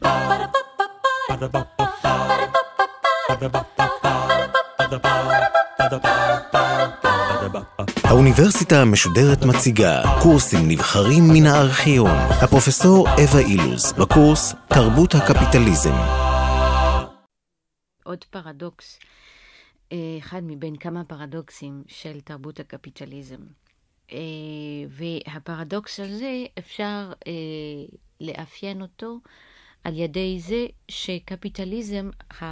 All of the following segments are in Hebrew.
האוניברסיטה המשודרת מציגה קורסים נבחרים מן הארכיון. הפרופסור אווה אילוז בקורס תרבות הקפיטליזם. עוד פרדוקס, אחד מבין כמה פרדוקסים של תרבות הקפיטליזם. והפרדוקס הזה אפשר לאפיין אותו על ידי זה שקפיטליזם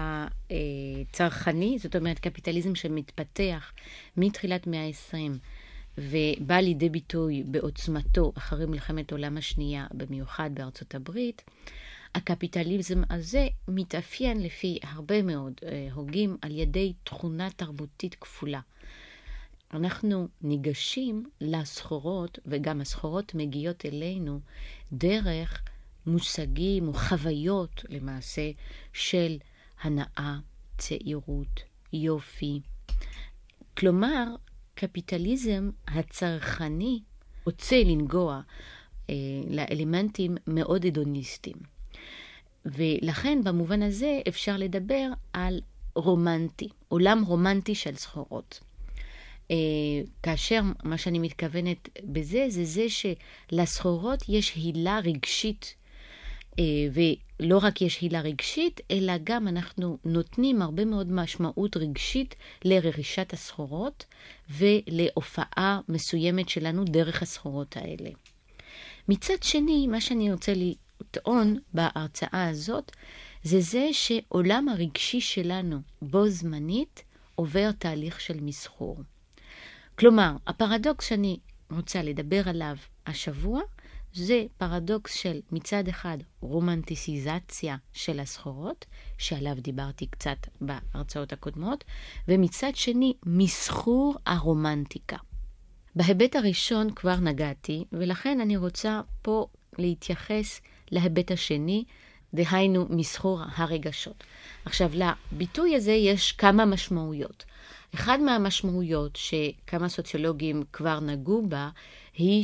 הצרכני, זאת אומרת קפיטליזם שמתפתח מתחילת מאה ה-20 ובא לידי ביטוי בעוצמתו אחרי מלחמת העולם השנייה, במיוחד בארצות הברית, הקפיטליזם הזה מתאפיין לפי הרבה מאוד הוגים על ידי תכונה תרבותית כפולה. אנחנו ניגשים לסחורות, וגם הסחורות מגיעות אלינו דרך מושגים או חוויות למעשה של הנאה, צעירות, יופי. כלומר, קפיטליזם הצרכני רוצה לנגוע לאלמנטים מאוד הדוניסטיים. ולכן במובן הזה אפשר לדבר על רומנטי, עולם רומנטי של סחורות. כאשר מה שאני מתכוונת בזה, זה שלסחורות יש הילה רגשית, ולא רק יש הילה רגשית, אלא גם אנחנו נותנים הרבה מאוד משמעות רגשית לרכישת הסחורות, ולהופעה מסוימת שלנו דרך הסחורות האלה. מצד שני, מה שאני רוצה לטעון בהרצאה הזאת, זה שעולם הרגשי שלנו בו זמנית עובר תהליך של מסחור. כלומר, הפרדוקס שאני רוצה לדבר עליו השבוע, זה פרדוקס של מצד אחד רומנטיסיזציה של הסחורות, שעליו דיברתי קצת בהרצאות הקודמות, ומצד שני מסחור הרומנטיקה. בהיבט הראשון כבר נגעתי, ולכן אני רוצה פה להתייחס להיבט השני, דהיינו מסחור הרגשות. עכשיו, לביטוי הזה יש כמה משמעויות. אחד מהמשמעויות שכמה סוציולוגים כבר נגעו בה, היא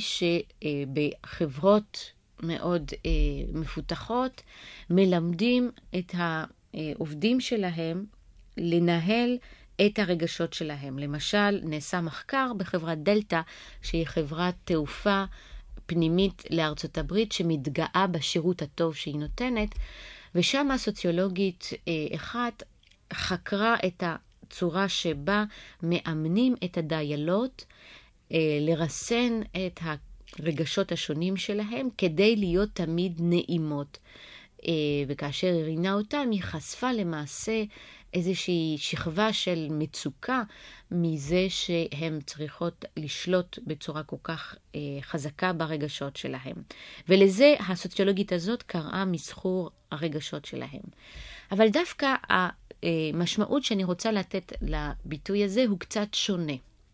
שבחברות מאוד מפותחות מלמדים את העובדים שלהם לנהל את הרגשות שלהם. למשל, נעשה מחקר בחברת דלטה, שהיא חברת תעופה פנימית לארצות הברית, שמתגאה בשירות הטוב שהיא נותנת, ושם הסוציולוגית אחת חקרה את הצורה שבה מאמנים את הדיילות לרסן את הרגשות השונים שלהם כדי להיות תמיד נעימות. וכאשר היא ראיינה אותם, היא חשפה למעשה איזושהי שכבה של מצוקה מזה שהן צריכות לשלוט בצורה כל כך חזקה ברגשות שלהם. ולזה הסוציולוגית הזאת קראה מסחור הרגשות שלהם. אבל דווקא המשמעות שאני רוצה לתת לביטוי הזה הוא קצת שונה.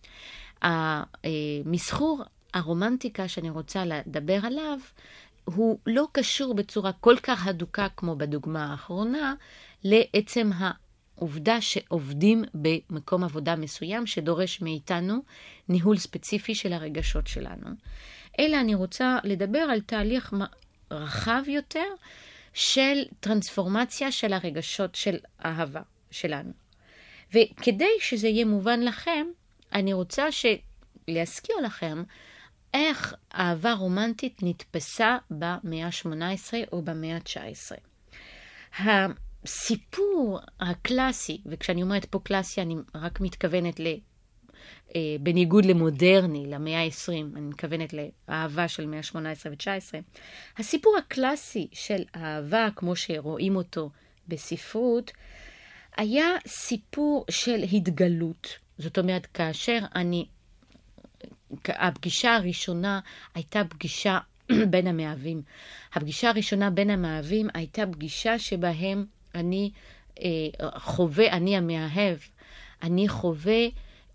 המסחור הרומנטיקה שאני רוצה לדבר עליו, הוא לא קשור בצורה כל כך הדוקה כמו בדוגמה האחרונה, לעצם העובדה שעובדים במקום עבודה מסוים שדורש מאיתנו ניהול ספציפי של הרגשות שלנו. אלא אני רוצה לדבר על תהליך רחב יותר של טרנספורמציה של הרגשות של אהבה שלנו. וכדי שזה יהיה מובן לכם, אני רוצה להזכיר לכם איך אהבה רומנטית נתפסה במאה ה-18 או במאה ה-19. הסיפור הקלאסי, וכשאני אומרת פה קלאסי, אני רק מתכוונת בניגוד למודרני, למאה ה-20, אני מתכוונת לאהבה של מאה ה-18 ו-19. הסיפור הקלאסי של אהבה, כמו שרואים אותו בספרות, היה סיפור של התגלות. זאת אומרת, כאשר הפגישה הראשונה הייתה פגישה בין המאהבים. הפגישה הראשונה בין המאהבים הייתה פגישה שבהם אני המאהב, אני חווה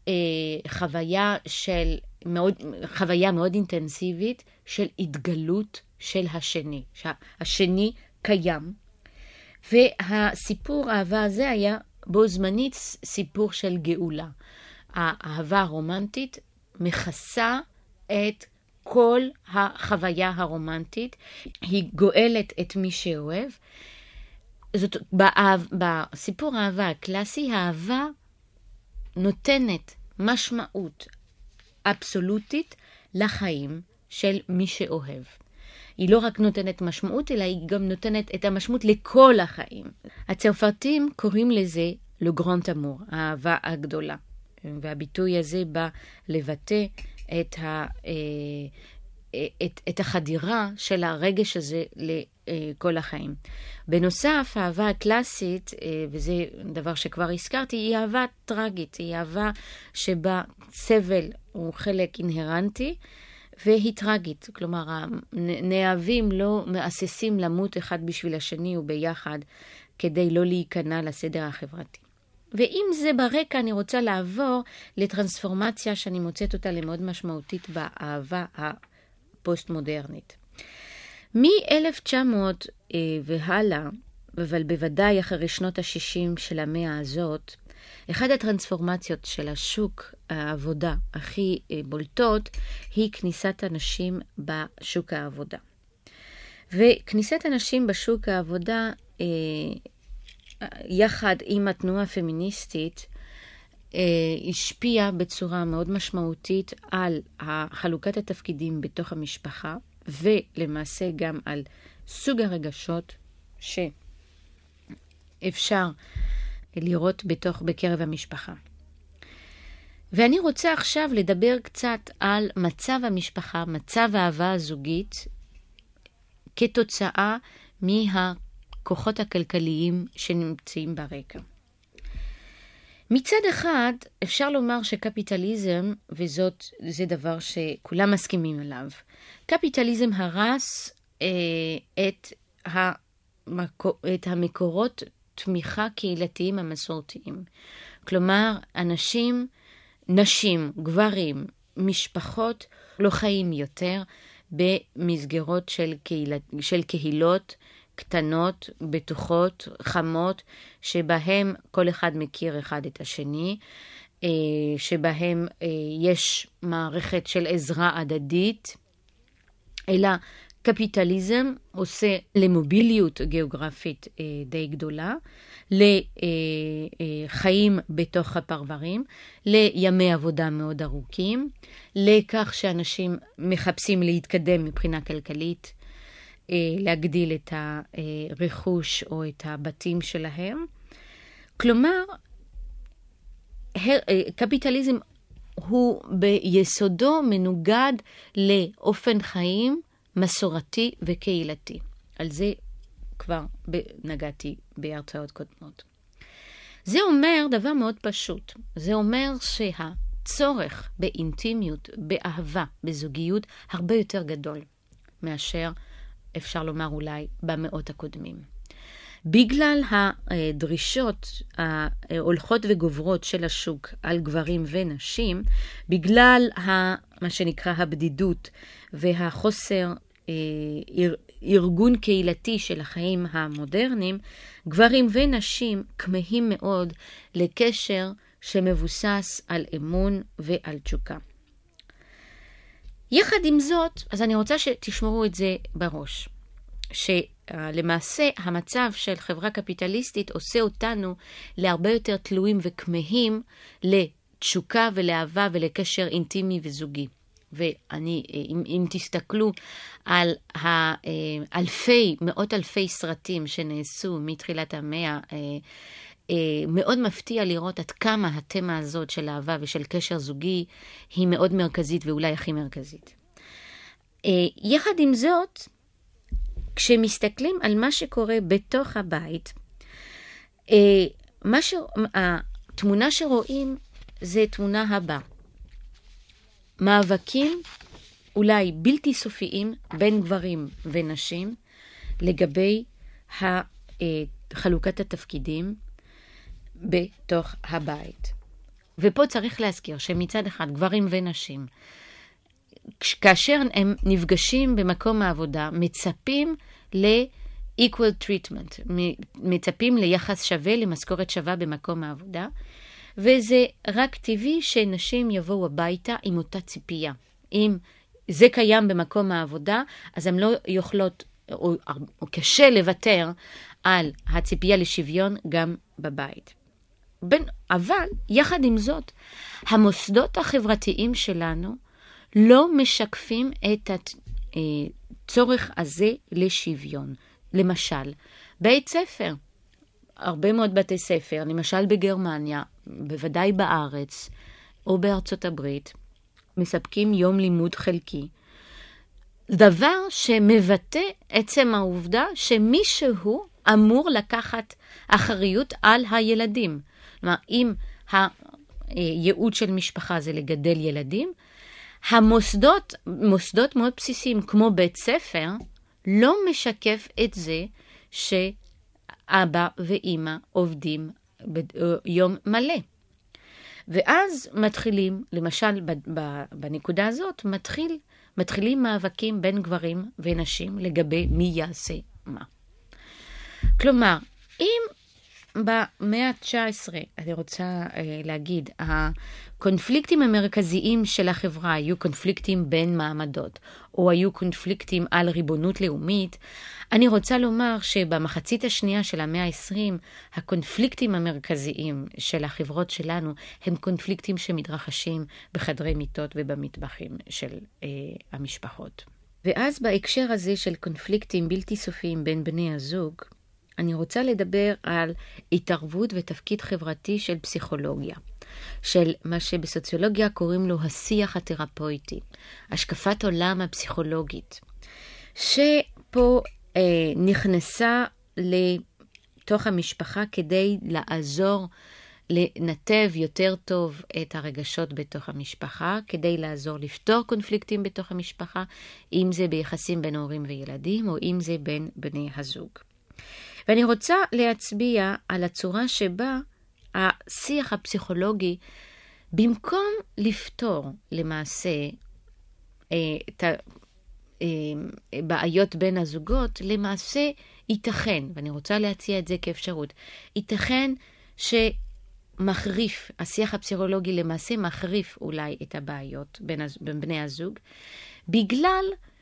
חוויה מאוד אינטנסיבית של התגלות של השני. השני קיים. והסיפור האהבה הזה היה בו זמנית סיפור של גאולה. האהבה הרומנטית מכסה את כל החוויה הרומנטית, היא גואלת את מי שאוהב. זאת, בסיפור האהבה הקלאסי, האהבה נותנת משמעות אבסולוטית לחיים של מי שאוהב. היא לא רק נותנת משמעות, אלא היא גם נותנת את המשמעות לכל החיים. הצרפתים קוראים לזה le grand amour, האהבה הגדולה. והביטוי הזה בא לבטא את החדירה של הרגש הזה לכל החיים. בנוסף, האהבה הקלאסית, וזה דבר שכבר הזכרתי, היא אהבה טרגית, היא אהבה שבה סבל הוא חלק אינהרנטי, והיא טרגית. כלומר, הנאהבים לא מאססים למות אחד בשביל השני וביחד, כדי לא להיכנע לסדר החברתי. ואם זה ברקע, אני רוצה לעבור לטרנספורמציה שאני מוצאת אותה למאוד משמעותית באהבה הפוסט-מודרנית. מ-1900 והלאה, אבל בוודאי אחרי שנות ה-60 של המאה הזאת, אחד הטרנספורמציות של השוק העבודה הכי בולטות היא כניסת אנשים בשוק העבודה. וכניסת אנשים בשוק העבודה יחד עם התנועה הפמיניסטית השפיעה בצורה מאוד משמעותית על חלוקת התפקידים בתוך המשפחה, ולמעשה גם על סוג הרגשות שאפשר לראות בקרב המשפחה. ואני רוצה עכשיו לדבר קצת על מצב המשפחה, מצב האהבה הזוגית, כתוצאה מהכוחות הכלכליים שנמצאים ברקע. מצד אחד, אפשר לומר שקפיטליזם, וזה דבר שכולם מסכימים עליו, קפיטליזם הרס את המקורות תמיכה קהילתיים המסורתיים. כלומר, אנשים, נשים, גברים, משפחות לא חיים יותר במסגרות של קהילות קטנות, בטוחות, חמות, שבהם כל אחד מכיר אחד את השני, שבהם יש מערכת של עזרה הדדית, אלא קפיטליזם עושה למוביליות גיאוגרפית די גדולה, לחיים בתוך הפרברים, לימי עבודה מאוד ארוכים, לכך שאנשים מחפשים להתקדם מבחינה כלכלית, להגדיל את הרכוש או את הבתים שלהם. כלומר, קפיטליזם הוא ביסודו מנוגד לאופן חיים מסורתי וקהילתי. על זה כבר נגעתי בהרצאות קודמות. זה אומר דבר מאוד פשוט. זה אומר שהצורך באינטימיות, באהבה, בזוגיות, הרבה יותר גדול מאשר אפשר לומר אולי במאות הקודמים. בגלל הדרישות ההולכות וגוברות של השוק על גברים ונשים, בגלל מה שנקרא הבדידות והחוסר ארגון קהילתי של החיים המודרניים, גברים ונשים כמהים מאוד לקשר שמבוסס על אמון ועל תשוקה. יחד עם זאת, אז אני רוצה שתשמרו את זה בראש, שלמעשה המצב של חברה קפיטליסטית עושה אותנו להרבה יותר תלויים וכמהים לתשוקה ולאהבה ולקשר אינטימי וזוגי. אם תסתכלו על מאות אלפי סרטים שנעשו מתחילת המאה, מאוד מפתיע לראות עד כמה התמה הזאת של אהבה ושל קשר זוגי היא מאוד מרכזית ואולי הכי מרכזית. יחד עם זאת, כשמסתכלים על מה שקורה בתוך הבית, התמונה שרואים זה תמונה הבאה. מאבקים אולי בלתי סופיים בין גברים ונשים לגבי חלוקת התפקידים בתוך הבית. ופה צריך להזכיר שמצד אחד גברים ונשים, כאשר הם נפגשים במקום העבודה, מצפים ל-equal treatment, מצפים ליחס שווה, למשכורת שווה במקום העבודה, וזה רק טבעי שנשים יבואו הביתה עם אותה ציפייה, עם זה קיים במקום העבודה, אז הן לא יכולות, או קשה לוותר על הציפייה לשוויון גם בבית. אבל יחד עם זאת, המוסדות החברתיים שלנו לא משקפים את הצורך הזה לשוויון. למשל, בית ספר, הרבה מאוד בתי ספר, למשל בגרמניה, בוודאי בארץ או בארצות הברית, מספקים יום לימוד חלקי. דבר שמבטא עצם העובדה שמישהו אמור לקחת אחריות על הילדים. כלומר, אם הייעוד של משפחה זה לגדל ילדים, מוסדות מאוד בסיסיים כמו בית ספר, לא משקף את זה שאבא ואמא עובדים ביום מלא. ואז מתחילים, למשל בנקודה הזאת, מתחילים מאבקים בין גברים ונשים לגבי מי יעשה מה. כלומר, אם במאה ה-19, אני רוצה להגיד, הקונפליקטים המרכזיים של החברה היו קונפליקטים בין מעמדות, או היו קונפליקטים על ריבונות לאומית, אני רוצה לומר שבמחצית השנייה של המאה ה-20, הקונפליקטים המרכזיים של החברות שלנו, הם קונפליקטים שמתרחשים בחדרי מיטות ובמטבחים של המשפחות. ואז בהקשר הזה של קונפליקטים בלתי סופיים בין בני הזוג, אני רוצה לדבר על התערבות ותפקיד חברתי של פסיכולוגיה, של מה שבסוציולוגיה קוראים לו השיח התרפויטי, השקפת עולם הפסיכולוגית, שפה נכנסה לתוך המשפחה כדי לעזור לנתב יותר טוב את הרגשות בתוך המשפחה, כדי לעזור לפתור קונפליקטים בתוך המשפחה, אם זה ביחסים בין הורים וילדים, או אם זה בין בני הזוג. ואני רוצה להצביע על הצורה שבה השיח הפסיכולוגי, במקום לפתור למעשה את בעיות בין הזוגות, למעשה ייתכן, ואני רוצה להציע את זה כאפשרות, ייתכן שמחריף, השיח הפסיכולוגי למעשה מחריף אולי את הבעיות בין בני הזוג, בגלל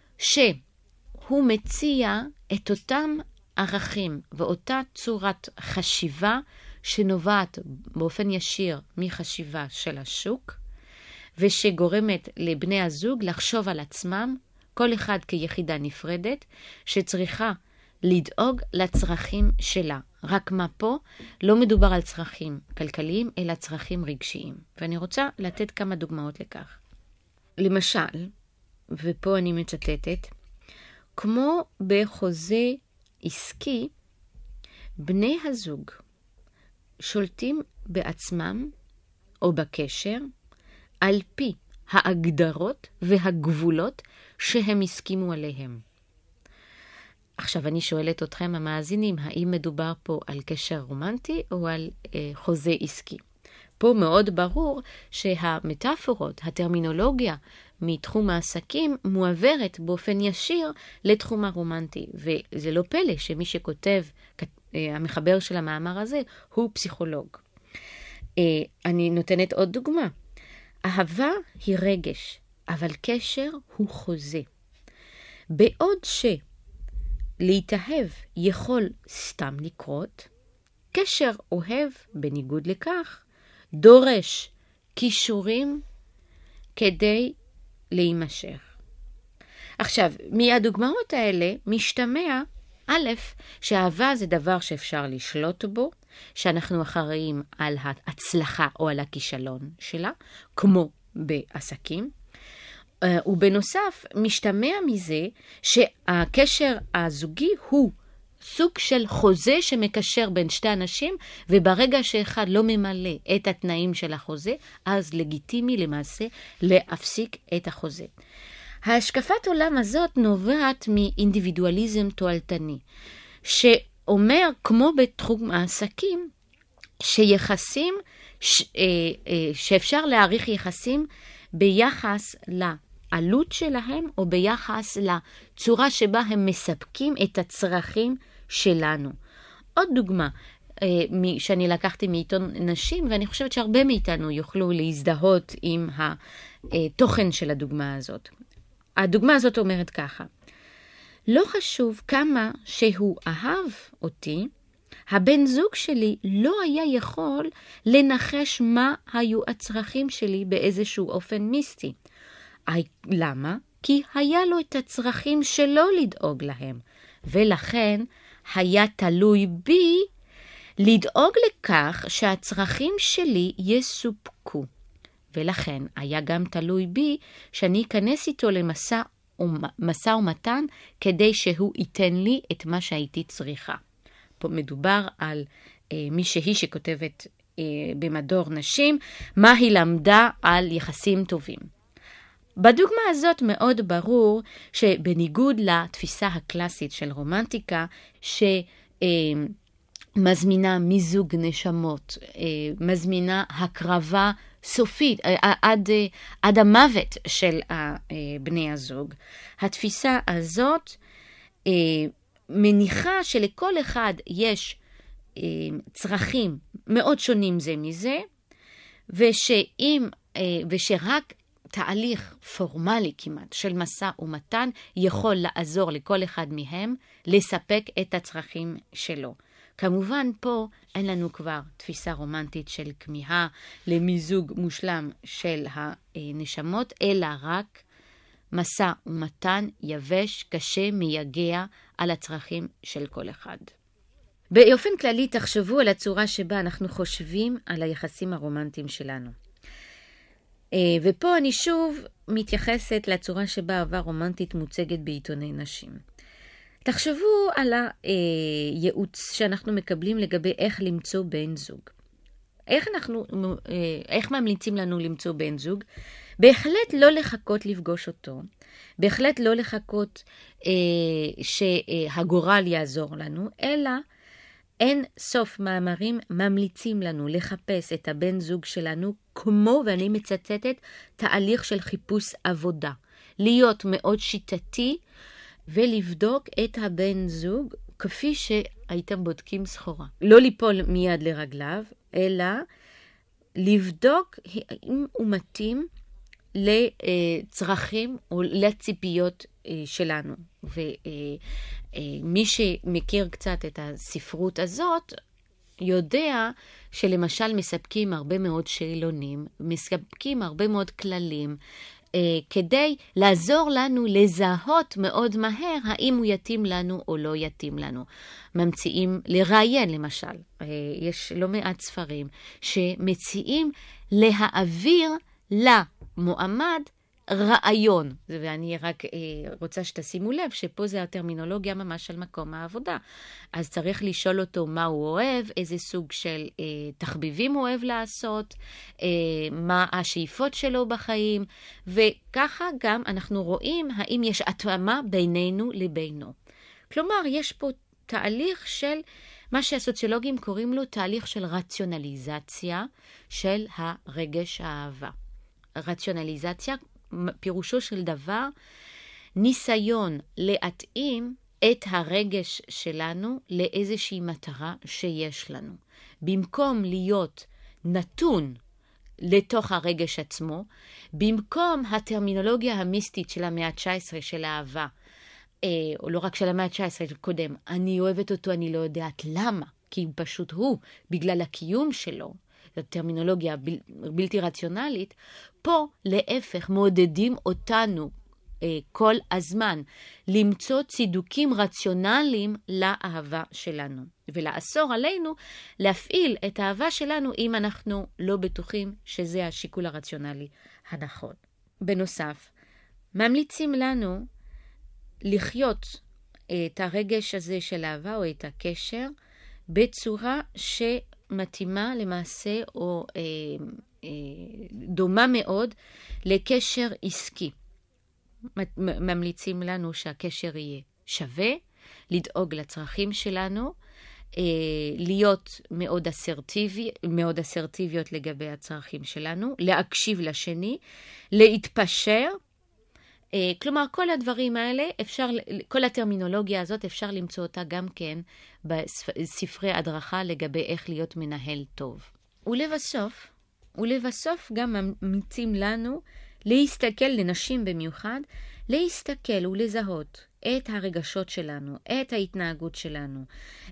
שהוא מציע את אותם ערכים ואותה צורת חשיבה שנובעת באופן ישיר מחשיבה של השוק, ושגורמת לבני הזוג לחשוב על עצמם, כל אחד כיחידה נפרדת, שצריכה לדאוג לצרכים שלה. רק מה פה? לא מדובר על צרכים כלכליים, אלא צרכים רגשיים. ואני רוצה לתת כמה דוגמאות לכך. למשל, ופה אני מצטטת, כמו בחוזה עסקי, בני הזוג שולטים בעצמם או בקשר על פי ההגדרות והגבולות שהם הסכימו עליהם. עכשיו אני שואלת אתכם המאזינים, האם מדובר פה על קשר רומנטי או על חוזה עסקי? פה מאוד ברור שהמטאפורות, הטרמינולוגיה מתחום העסקים מועברת באופן ישיר לתחום הרומנטי, וזה לא פלא שמי שכותב, המחבר של המאמר הזה, הוא פסיכולוג. אני נותנת עוד דוגמה. אהבה היא רגש, אבל קשר הוא חוזה. בעוד שלהתאהב יכול סתם לקרות, קשר אוהב, בניגוד לכך, דורש כישורים כדי להימשך. עכשיו, מהדוגמאות האלה משתמע, א', שאהבה זה דבר שאפשר לשלוט בו, שאנחנו אחראים על ההצלחה או על הכישלון שלה, כמו בעסקים, ובנוסף משתמע מזה שהקשר הזוגי הוא סוג של חוזה שמקשר בין שתי אנשים, וברגע שאחד לא ממלא את התנאים של החוזה, אז לגיטימי למעשה להפסיק את החוזה. ההשקפת עולם הזאת נובעת מאינדיבידואליזם תועלתני, שאומר, כמו בתחום העסקים, שיחסים, שאפשר להעריך יחסים ביחס לעלות שלהם, או ביחס לצורה שבה הם מספקים את הצרכים שלנו. עוד דוגמה שאני לקחתי מעיתון נשים, ואני חושבת שהרבה מאיתנו יוכלו להזדהות עם התוכן של הדוגמה הזאת. הדוגמה הזאת אומרת ככה, לא חשוב כמה שהוא אהב אותי, הבן זוג שלי לא היה יכול לנחש מה היו הצרכים שלי באיזשהו אופן מיסטי. למה? כי היה לו את הצרכים שלו לדאוג להם, ולכן היה תלוי בי לדאוג לכך שהצרכים שלי יסופקו. ולכן היה גם תלוי בי שאני אכנס איתו למשא ומתן כדי שהוא ייתן לי את מה שהייתי צריכה. פה מדובר על מישהי שכותבת במדור נשים, מה היא למדה על יחסים טובים. בדוגמה הזאת מאוד ברור שבניגוד לתפיסה הקלאסית של רומנטיקה, שמזמינה מיזוג נשמות, מזמינה הקרבה סופית, עד המוות של בני הזוג. התפיסה הזאת מניחה שלכל אחד יש צרכים מאוד שונים זה מזה, ושרק תהליך פורמלי כמעט של משא ומתן יכול לעזור לכל אחד מהם לספק את הצרכים שלו. כמובן פה אין לנו כבר תפיסה רומנטית של כמיהה למיזוג מושלם של הנשמות, אלא רק משא ומתן יבש, קשה, מייגע על הצרכים של כל אחד. באופן כללי תחשבו על הצורה שבה אנחנו חושבים על היחסים הרומנטיים שלנו. ופה אני שוב מתייחסת לצורה שבה אהבה רומנטית מוצגת בעיתוני נשים. תחשבו על הייעוץ שאנחנו מקבלים לגבי איך למצוא בן זוג. איך ממליצים לנו למצוא בן זוג? בהחלט לא לחכות לפגוש אותו, בהחלט לא לחכות שהגורל יעזור לנו, אלא אין סוף מאמרים ממליצים לנו לחפש את הבן זוג שלנו כמו, ואני מצטטת, תהליך של חיפוש עבודה. להיות מאוד שיטתי ולבדוק את הבן זוג כפי שהייתם בודקים סחורה. לא ליפול מיד לרגליו, אלא לבדוק אם הוא מתאים לצרכים או לציפיות שלנו. ומי שמכיר קצת את הספרות הזאת, יודע שלמשל מספקים הרבה מאוד שאלונים, מספקים הרבה מאוד כללים, כדי לעזור לנו לזהות מאוד מהר האם הוא יתאים לנו או לא יתאים לנו. ממציאים לראיין למשל. יש לא מעט ספרים שמציעים להעביר למועמד רעיון. ואני רק רוצה שתשימו לב שפה זה הטרמינולוגיה ממש של מקום העבודה. אז צריך לשאול אותו מה הוא אוהב, איזה סוג של תחביבים הוא אוהב לעשות, מה השאיפות שלו בחיים, וככה גם אנחנו רואים האם יש התאמה בינינו לבינו. כלומר, יש פה תהליך של מה שהסוציולוגים קוראים לו תהליך של רציונליזציה של הרגש האהבה. רציונליזציה פירושו של דבר ניסיון להתאים את הרגש שלנו לאיזושהי מטרה שיש לנו. במקום להיות נתון לתוך הרגש עצמו, במקום הטרמינולוגיה המיסטית של המאה ה-19 של האהבה, או לא רק של המאה ה-19 קודם, אני אוהבת אותו, אני לא יודעת למה, כי פשוט הוא, בגלל הקיום שלו, זו טרמינולוגיה בלתי רציונלית, פה להפך מעודדים אותנו כל הזמן למצוא צידוקים רציונליים לאהבה שלנו, ולאסור עלינו להפעיל את האהבה שלנו אם אנחנו לא בטוחים שזה השיקול הרציונלי הנכון. בנוסף, ממליצים לנו לחיות את הרגש הזה של אהבה או את הקשר בצורה שמתאימה למעשה או דומה מאוד לקשר עסקי. ממליצים לנו שהקשר יהיה שווה, לדאוג לצרכים שלנו, להיות מאוד אסרטיביות לגבי הצרכים שלנו, להקשיב לשני, להתפשר. כלומר, כל הדברים האלה, כל הטרמינולוגיה הזאת אפשר למצוא אותה גם כן בספרי הדרכה לגבי איך להיות מנהל טוב. ולבסוף גם ממליצים לנו להסתכל לנשים במיוחד, להסתכל ולזהות את הרגשות שלנו, את ההתנהגות שלנו,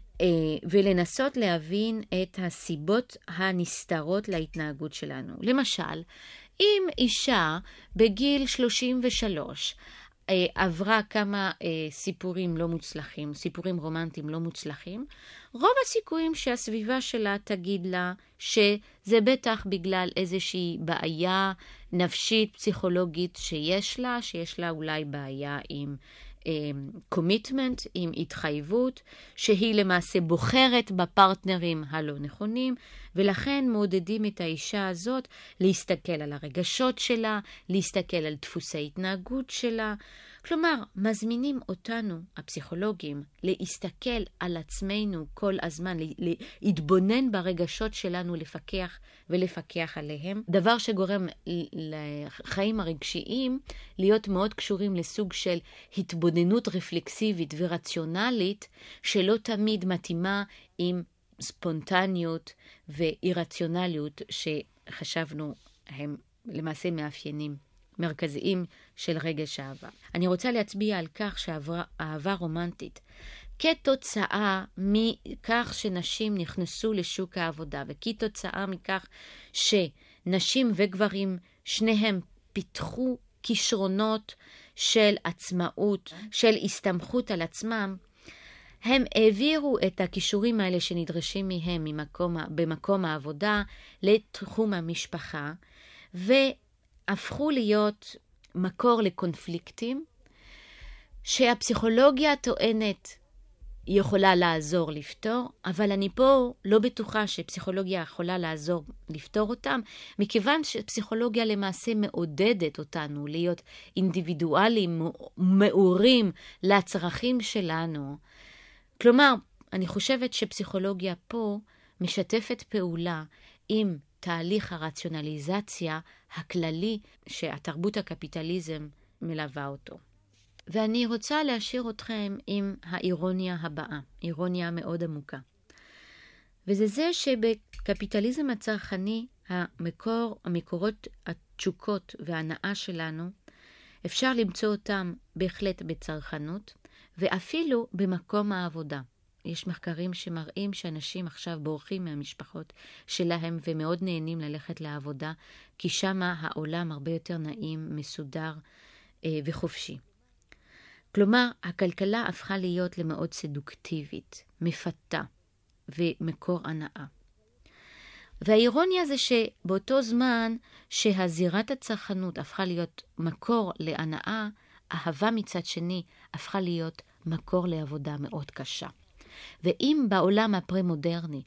ולנסות להבין את הסיבות הנסתרות להתנהגות שלנו. למשל, אם אישה בגיל 33 עברה כמה סיפורים לא מוצלחים, סיפורים רומנטיים לא מוצלחים, רוב הסיכויים שהסביבה שלה תגיד לה שזה בטח בגלל איזושהי בעיה נפשית, פסיכולוגית שיש לה אולי בעיה עם קומיטמנט, עם התחייבות, שהיא למעשה בוחרת בפרטנרים הלא נכונים, ולכן מעודדים את האישה הזאת להסתכל על הרגשות שלה, להסתכל על דפוסי התנהגות שלה. כלומר, מזמינים אותנו, הפסיכולוגים, להסתכל על עצמנו כל הזמן, להתבונן ברגשות שלנו, לפקח עליהם, דבר שגורם לחיים הרגשיים להיות מאוד קשורים לסוג של התבוננות רפלקסיבית ורציונלית, שלא תמיד מתאימה עם ספונטניות ואירציונליות שחשבנו הם למעשה מאפיינים מרכזיים של רגש אהבה. אני רוצה להצביע על כך שאהבה רומנטית, כתוצאה מכך שנשים נכנסו לשוק העבודה, וכתוצאה מכך שנשים וגברים שניהם פיתחו כישרונות של עצמאות, של הסתמכות על עצמם, הם העבירו את הכישורים האלה שנדרשים מהם במקום העבודה לתחום המשפחה, והפכו להיות מקור לקונפליקטים, שהפסיכולוגיה טוענת יכולה לעזור לפתור, אבל אני פה לא בטוחה שפסיכולוגיה יכולה לעזור לפתור אותם, מכיוון שפסיכולוגיה למעשה מעודדת אותנו להיות אינדיבידואלים, מאורים לצרכים שלנו. כלומר, אני חושבת שפסיכולוגיה פה משתפת פעולה עם תהליך הרציונליזציה הכללי שהתרבות הקפיטליזם מלווה אותו. ואני רוצה להשאיר אתכם עם האירוניה הבאה, אירוניה מאוד עמוקה. וזה זה שבקפיטליזם הצרכני, המקורות התשוקות וההנאה שלנו, אפשר למצוא אותם בהחלט בצרכנות, ואפילו במקום העבודה. יש מחקרים שמראים שאנשים עכשיו בורחים מהמשפחות שלהם ומאוד נהנים ללכת לעבודה, כי שם העולם הרבה יותר נעים, מסודר וחופשי. כלומר, הכלכלה הפכה להיות למאוד סדוקטיבית, מפתה ומקור הנאה. והאירוניה זה שבאותו זמן שהזירת הצרכנות הפכה להיות מקור להנאה, אהבה מצד שני הפכה להיות מקור לעבודה מאוד קשה. ואם בעולם הפרה-מודרני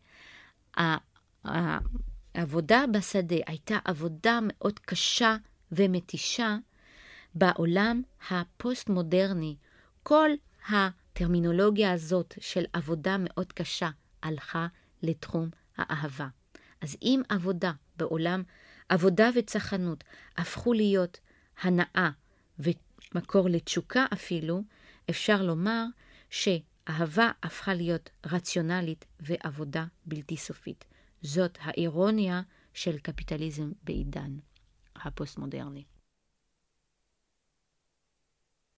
העבודה בשדה הייתה עבודה מאוד קשה ומתישה, בעולם הפוסט-מודרני כל הטרמינולוגיה הזאת של עבודה מאוד קשה הלכה לתחום האהבה. אז אם בעולם עבודה וצרכנות הפכו להיות הנאה ומקור לתשוקה אפילו, אפשר לומר שאהבה הפכה להיות רציונלית ועבודה בלתי סופית. זאת האירוניה של קפיטליזם בעידן הפוסט-מודרני.